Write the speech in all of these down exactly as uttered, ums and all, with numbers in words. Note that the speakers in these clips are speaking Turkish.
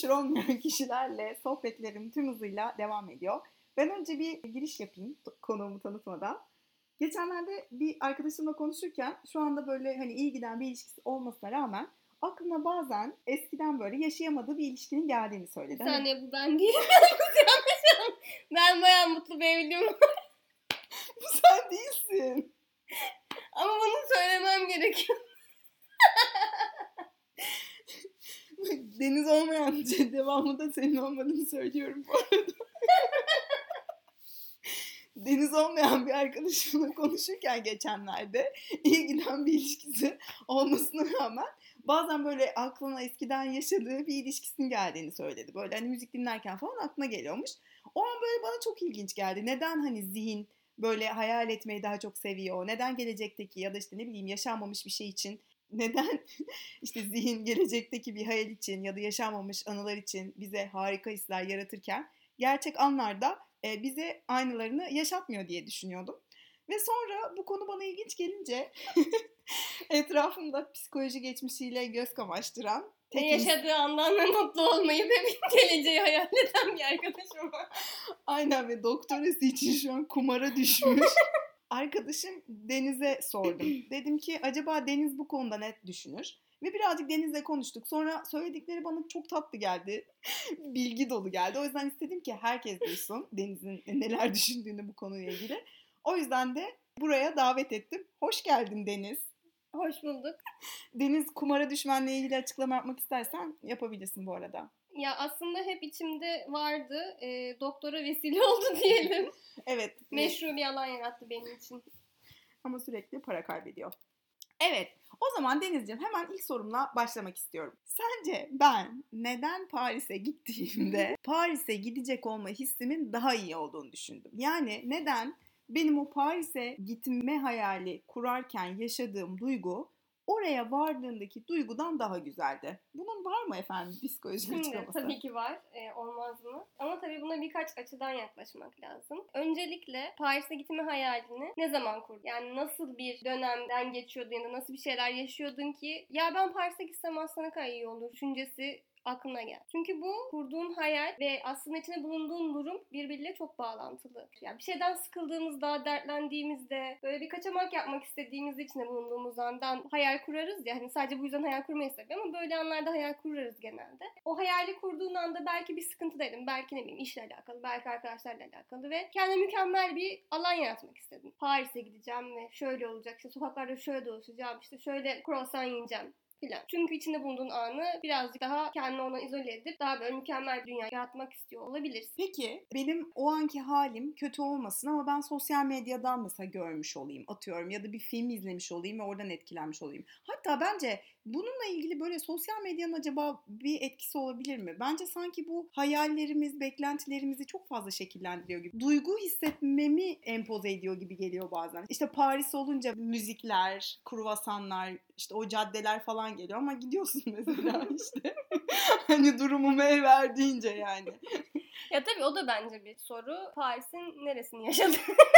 meşhur olmayan kişilerle sohbetlerim tüm hızıyla devam ediyor. Ben önce bir giriş yapayım konuğumu tanıtmadan. Geçenlerde bir arkadaşımla konuşurken şu anda böyle hani iyi giden bir ilişkisi olmasına rağmen aklıma bazen eskiden böyle yaşayamadığı bir ilişkinin geldiğini söyledi. Bir saniye, bu ben değilim. Ben bayağı mutlu bir evliliğim var. Bu sen değilsin. Ama bunu söylemem gerekiyor. Deniz olmayan devamında senin olmadığını söylüyorum bu arada. Deniz olmayan bir arkadaşımla konuşurken geçenlerde iyi giden bir ilişkisi olmasına rağmen bazen böyle aklına eskiden yaşadığı bir ilişkisinin geldiğini söyledi. Böyle hani müzik dinlerken falan aklına geliyormuş. O an böyle bana çok ilginç geldi. Neden hani zihin böyle hayal etmeyi daha çok seviyor? Neden gelecekteki ya da işte ne bileyim yaşanmamış bir şey için, neden işte zihin gelecekteki bir hayal için ya da yaşanmamış anılar için bize harika hisler yaratırken gerçek anlarda e, bize aynılarını yaşatmıyor diye düşünüyordum. Ve sonra bu konu bana ilginç gelince etrafımda psikoloji geçmişiyle göz kamaştıran Ne yaşadığı andan ve mutlu olmayı ve geleceği hayal eden bir arkadaşım var. Aynen, ve doktorası için şu an kumara düşmüş. Arkadaşım Deniz'e sordum. Dedim ki acaba Deniz bu konuda ne düşünür? Ve birazcık Deniz'le konuştuk. Sonra söyledikleri bana çok tatlı geldi. Bilgi dolu geldi. O yüzden istedim ki herkes duysun Deniz'in neler düşündüğünü bu konuyla ilgili. O yüzden de buraya davet ettim. Hoş geldin Deniz. Hoş bulduk. Deniz, kumara düşmenle ilgili açıklama yapmak istersen yapabilirsin bu arada. Ya aslında hep içimde vardı. E, doktora vesile oldu diyelim. Evet. Meşru bir alan yarattı benim için. Ama sürekli para kaybediyor. Evet. O zaman Denizciğim hemen ilk sorumla başlamak istiyorum. Sence ben neden Paris'e gittiğimde Paris'e gidecek olma hissimin daha iyi olduğunu düşündüm? Yani neden benim o Paris'e gitme hayali kurarken yaşadığım duygu oraya vardığımdaki duygudan daha güzeldi. Bunun var mı efendim psikolojik açıklaması? Tabii ki var. E, olmaz mı? Ama tabii buna birkaç açıdan yaklaşmak lazım. Öncelikle Paris'e gitme hayalini ne zaman kurdun? Yani nasıl bir dönemden geçiyordun ya da nasıl bir şeyler yaşıyordun ki ya ben Paris'e gitsem aslında ne kadar iyi olur düşüncesi aklına gel. Çünkü bu kurduğun hayal ve aslında içinde bulunduğun durum birbiriyle çok bağlantılı. Yani bir şeyden sıkıldığımızda, dertlendiğimizde, böyle bir kaçamak yapmak istediğimiz içinde bulunduğumuz andan hayal kurarız ya. Hani sadece bu yüzden hayal kurmayı tabii ama böyle anlarda hayal kurarız genelde. O hayali kurduğun anda belki bir sıkıntıdaydın, belki ne bileyim işle alakalı, belki arkadaşlarla alakalı ve kendine mükemmel bir alan yaratmak istedin. Paris'e gideceğim ve şöyle olacak, işte sokaklarda şöyle dolaşacağım, işte şöyle croissant yiyeceğim. Falan. Çünkü içinde bulunduğun anı birazcık daha kendini ona izole edip daha böyle mükemmel bir dünya yaratmak istiyor olabilirsin. Peki benim o anki halim kötü olmasın ama ben sosyal medyadan mesela görmüş olayım, atıyorum, ya da bir film izlemiş olayım ve oradan etkilenmiş olayım. Hatta bence bununla ilgili böyle sosyal medyanın acaba bir etkisi olabilir mi? Bence sanki bu hayallerimiz, beklentilerimizi çok fazla şekillendiriyor gibi. Duygu hissetmemi empoze ediyor gibi geliyor bazen. İşte Paris olunca müzikler, kruvasanlar, işte o caddeler falan geliyor ama gidiyorsun mesela işte. Hani durumumu el verdiğince yani. Ya tabii o da bence bir soru. Paris'in neresini yaşadın?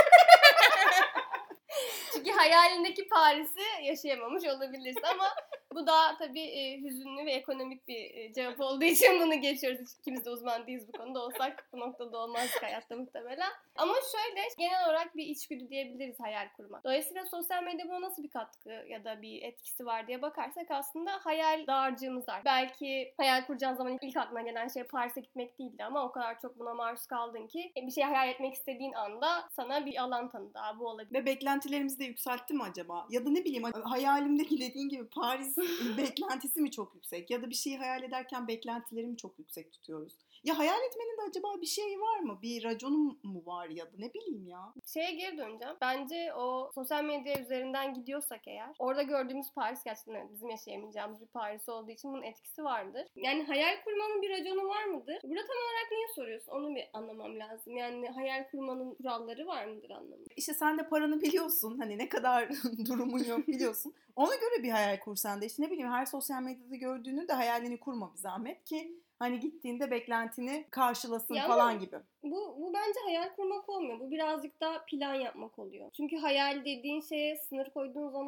Çünkü hayalindeki Paris'i yaşayamamış olabilirsin ama bu da tabii e, hüzünlü ve ekonomik bir e, cevap olduğu için bunu geçiyoruz. İkimiz de uzman değiliz bu konuda, olsak bu noktada olmazdık hayatta muhtemelen. Ama şöyle genel olarak bir içgüdü diyebiliriz hayal kurmak. Dolayısıyla sosyal medya buna nasıl bir katkı ya da bir etkisi var diye bakarsak aslında hayal dağarcığımız var. Belki hayal kuracağın zaman ilk aklına gelen şey Paris'e gitmek değildi ama o kadar çok buna maruz kaldın ki bir şey hayal etmek istediğin anda sana bir alan tanıdı. Bu olabilir. Ve beklentilerimizi de yükseltti mi acaba? Ya da ne bileyim, hayalimdeki dediğin gibi Paris beklentisi mi çok yüksek? Ya da bir şeyi hayal ederken beklentilerimi çok yüksek tutuyoruz. Ya hayal etmenin de acaba bir şey var mı? Bir raconu mu var ya da ne bileyim ya? Şeye geri döneceğim. Bence o sosyal medya üzerinden gidiyorsak eğer, orada gördüğümüz Paris gerçekten bizim yaşayamayacağımız bir Paris olduğu için bunun etkisi vardır. Yani hayal kurmanın bir raconu var mıdır? Burada tam olarak niye soruyorsun? Onu bir anlamam lazım. Yani hayal kurmanın kuralları var mıdır anlamında? İşte sen de paranı biliyorsun. Hani ne kadar durumun yok biliyorsun. Ona göre bir hayal kursan da işte ne bileyim, her sosyal medyada gördüğünü de hayalini kurma bir zahmet ki hani gittiğinde beklentini karşılasın ya falan gibi. Bu, bu bence hayal kurmak olmuyor. Bu birazcık daha plan yapmak oluyor. Çünkü hayal dediğin şeye sınır koyduğun zaman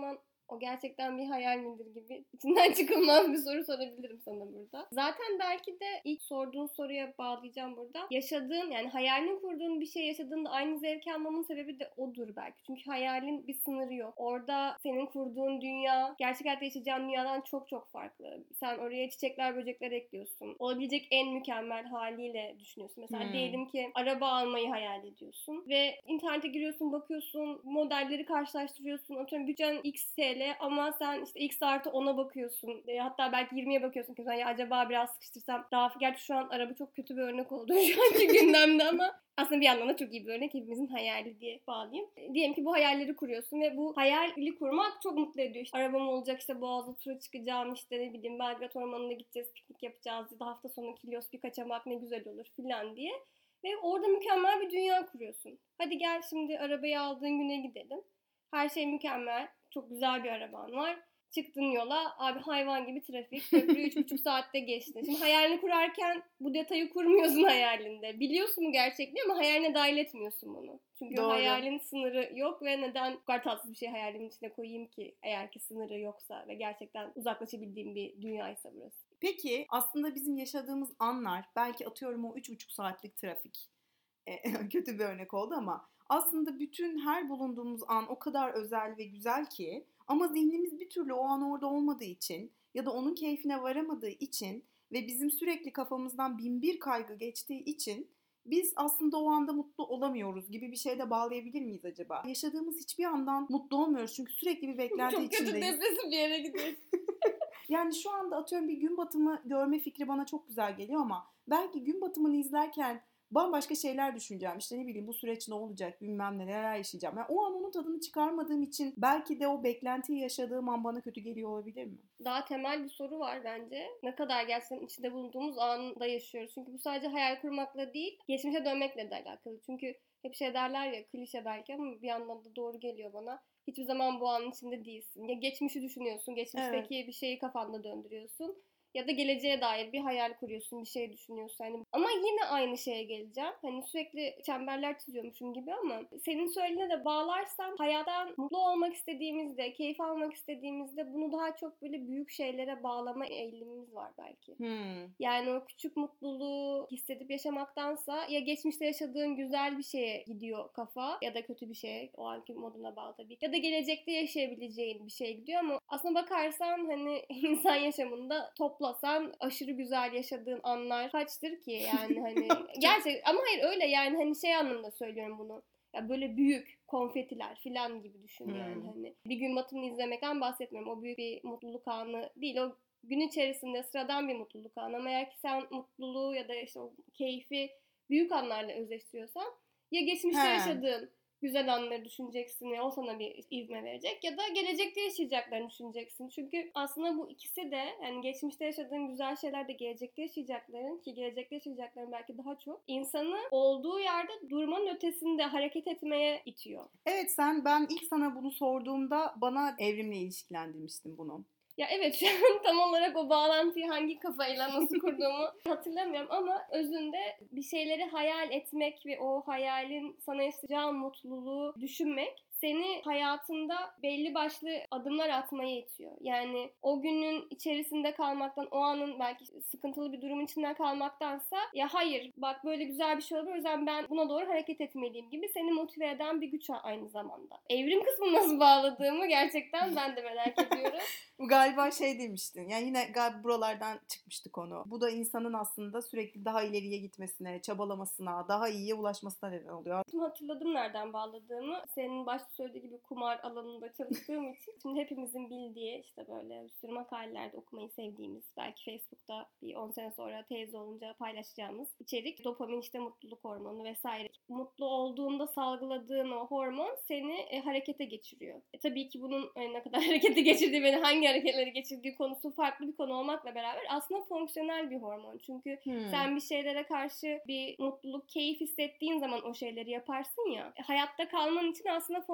O gerçekten bir hayal midir gibi içinden çıkılmaz bir soru sorabilirim sana burada. Zaten belki de ilk sorduğun soruya bağlayacağım burada. Yaşadığın, yani hayalini kurduğun bir şey yaşadığında aynı zevk almamın sebebi de odur belki. Çünkü hayalin bir sınırı yok. Orada senin kurduğun dünya gerçek hayatta yaşayacağın dünyadan çok çok farklı. Sen oraya çiçekler, böcekler ekliyorsun. Olabilecek en mükemmel haliyle düşünüyorsun. Mesela hmm. diyelim ki araba almayı hayal ediyorsun ve internete giriyorsun, bakıyorsun, modelleri karşılaştırıyorsun. Atıyorum bütçen X T L ama sen işte X artı ona bakıyorsun. E, hatta belki yirmiye bakıyorsun ki ya acaba biraz sıkıştırsam daha... Gerçi şu an araba çok kötü bir örnek oldu şu anki gündemde ama aslında bir yandan da çok iyi bir örnek. Hepimizin hayali diye bağlayayım. E, diyelim ki bu hayalleri kuruyorsun ve bu hayali kurmak çok mutlu ediyor. İşte arabam olacak, işte Boğaz'da tura çıkacağım, işte ne bileyim Belgrad Ormanı'na gideceğiz, piknik yapacağız ya da hafta sonu Kilyos bir kaçamak ne güzel olur filan diye. Ve orada mükemmel bir dünya kuruyorsun. Hadi gel şimdi arabayı aldığın güne gidelim. Her şey mükemmel. Çok güzel bir araban var. Çıktın yola, abi hayvan gibi trafik. Köprüyü üç buçuk saatte geçtin. Şimdi hayalini kurarken bu detayı kurmuyorsun hayalinde. Biliyorsun bu gerçekliği ama hayaline dahil etmiyorsun bunu. Çünkü Doğru. hayalin sınırı yok ve neden bu kadar tatsız bir şey hayalimin içine koyayım ki eğer ki sınırı yoksa ve gerçekten uzaklaşabildiğim bir dünyaysa burası. Peki aslında bizim yaşadığımız anlar, belki atıyorum o üç buçuk saatlik trafik e, kötü bir örnek oldu ama aslında bütün her bulunduğumuz an o kadar özel ve güzel ki ama zihnimiz bir türlü o an orada olmadığı için ya da onun keyfine varamadığı için ve bizim sürekli kafamızdan bin bir kaygı geçtiği için biz aslında o anda mutlu olamıyoruz gibi bir şeye de bağlayabilir miyiz acaba? Yaşadığımız hiçbir andan mutlu olmuyoruz çünkü sürekli bir beklenti Çok içindeyiz. Çok kötü depresif bir yere gidiyoruz. Yani şu anda atıyorum bir gün batımı görme fikri bana çok güzel geliyor ama belki gün batımını izlerken bambaşka şeyler düşüneceğim. İşte ne bileyim bu süreç ne olacak, bilmem neler yaşayacağım. Yani o an onun tadını çıkarmadığım için belki de o beklentiyi yaşadığım an bana kötü geliyor olabilir mi? Daha temel bir soru var bence. Ne kadar gerçekten içinde bulunduğumuz anda yaşıyoruz. Çünkü bu sadece hayal kurmakla değil, geçmişe dönmekle de alakalı. Çünkü hep şey derler ya, klişe belki ama bir yandan da doğru geliyor bana. Hiçbir zaman bu anın içinde değilsin. Ya geçmişi düşünüyorsun, geçmişteki evet. bir şeyi kafanda döndürüyorsun. Ya da geleceğe dair bir hayal kuruyorsun, bir şey düşünüyorsun. Yani ama yine aynı şeye geleceğim. Hani sürekli çemberler çiziyormuşum gibi ama senin söylediğine de bağlarsam hayattan mutlu olmak istediğimizde, keyif almak istediğimizde bunu daha çok böyle büyük şeylere bağlama eğilimimiz var belki. Hmm. Yani o küçük mutluluğu hissedip yaşamaktansa ya geçmişte yaşadığın güzel bir şeye gidiyor kafa ya da kötü bir şeye, o anki moduna bağlı tabii. Ya da gelecekte yaşayabileceğin bir şeye gidiyor ama aslına bakarsan hani insan yaşamında topla sen aşırı güzel yaşadığın anlar kaçtır ki yani hani gerçek ama hayır öyle yani hani şey anlamda söylüyorum bunu. Ya böyle büyük konfetiler filan gibi düşün hmm. yani hani bir gün batımını izlemekten bahsetmiyorum. O büyük bir mutluluk anı değil. O gün içerisinde sıradan bir mutluluk anı ama eğer ki sen mutluluğu ya da işte o keyfi büyük anlarla özleştiriyorsan ya geçmişte He. yaşadığın güzel anları düşüneceksin ya o sana bir ivme verecek ya da gelecekte yaşayacaklarını düşüneceksin. Çünkü aslında bu ikisi de yani geçmişte yaşadığın güzel şeyler de gelecekte yaşayacakların ki gelecekte yaşayacakların belki daha çok insanı olduğu yerde durmanın ötesinde hareket etmeye itiyor. Evet sen ben ilk sana bunu sorduğumda bana evrimle ilişkilendirmiştin bunu. Ya evet şu an tam olarak o bağlantıyı hangi kafayla nasıl kurduğumu hatırlamıyorum ama özünde bir şeyleri hayal etmek ve o hayalin sana yaşayacağı mutluluğu düşünmek seni hayatında belli başlı adımlar atmaya itiyor. Yani o günün içerisinde kalmaktan, o anın belki sıkıntılı bir durumun içinden kalmaktansa ya hayır bak böyle güzel bir şey olur o yüzden ben buna doğru hareket etmeliyim gibi seni motive eden bir güç aynı zamanda. Evrim kısmını nasıl bağladığımı gerçekten ben de merak ediyorum. Galiba şey demiştin yani yine galiba buralardan çıkmıştı konu. Bu da insanın aslında sürekli daha ileriye gitmesine, çabalamasına, daha iyiye ulaşmasına neden oluyor. Şimdi hatırladım nereden bağladığımı. Senin başta söylediği gibi kumar alanında çalıştığım için. Şimdi hepimizin bildiği işte böyle bir sürü makalelerde okumayı sevdiğimiz, belki Facebook'ta bir on sene sonra teyze olunca paylaşacağımız içerik. Dopamin işte mutluluk hormonu vesaire. Mutlu olduğunda salgıladığın o hormon seni e, harekete geçiriyor. E, tabii ki bunun e, ne kadar harekete geçirdiği ve hangi hareketleri geçirdiği konusu farklı bir konu olmakla beraber aslında fonksiyonel bir hormon. Çünkü hmm. sen bir şeylere karşı bir mutluluk, keyif hissettiğin zaman o şeyleri yaparsın ya. E, hayatta kalman için aslında fonksiyonel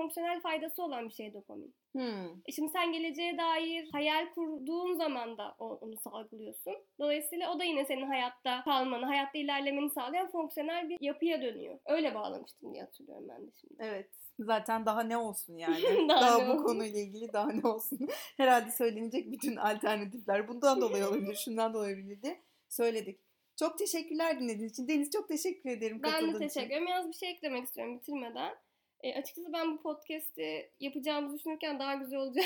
fonksiyonel faydası olan bir şey dopamin. Hmm. E şimdi sen geleceğe dair hayal kurduğun zaman da o, onu salgılıyorsun. Dolayısıyla o da yine senin hayatta kalmanı, hayatta ilerlemeni sağlayan fonksiyonel bir yapıya dönüyor. Öyle bağlamıştım diye hatırlıyorum ben de şimdi. Evet. Zaten daha ne olsun yani? Daha daha ne bu olsun? konuyla ilgili daha ne olsun? Herhalde söylenecek bütün alternatifler bundan dolayı olabilir, şundan dolayı olabilir diye söyledik. Çok teşekkürler dinlediğiniz için. Deniz, çok teşekkür ederim Ben de katıldığın teşekkür için. ederim. Yalnız bir şey eklemek istiyorum bitirmeden. E, açıkçası ben bu podcast'i yapacağımızı düşünürken daha güzel olacağını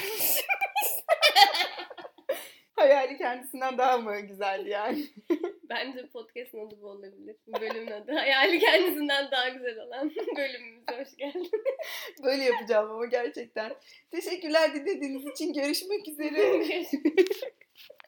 Hayali kendisinden daha mı güzeldi yani? Bence podcast'ın adı bu olabilir. Bölümün adı. Hayali kendisinden daha güzel olan bölümümüze hoş geldin. Böyle yapacağım ama gerçekten. Teşekkürler dinlediğiniz için. Görüşmek üzere. Görüşürüz.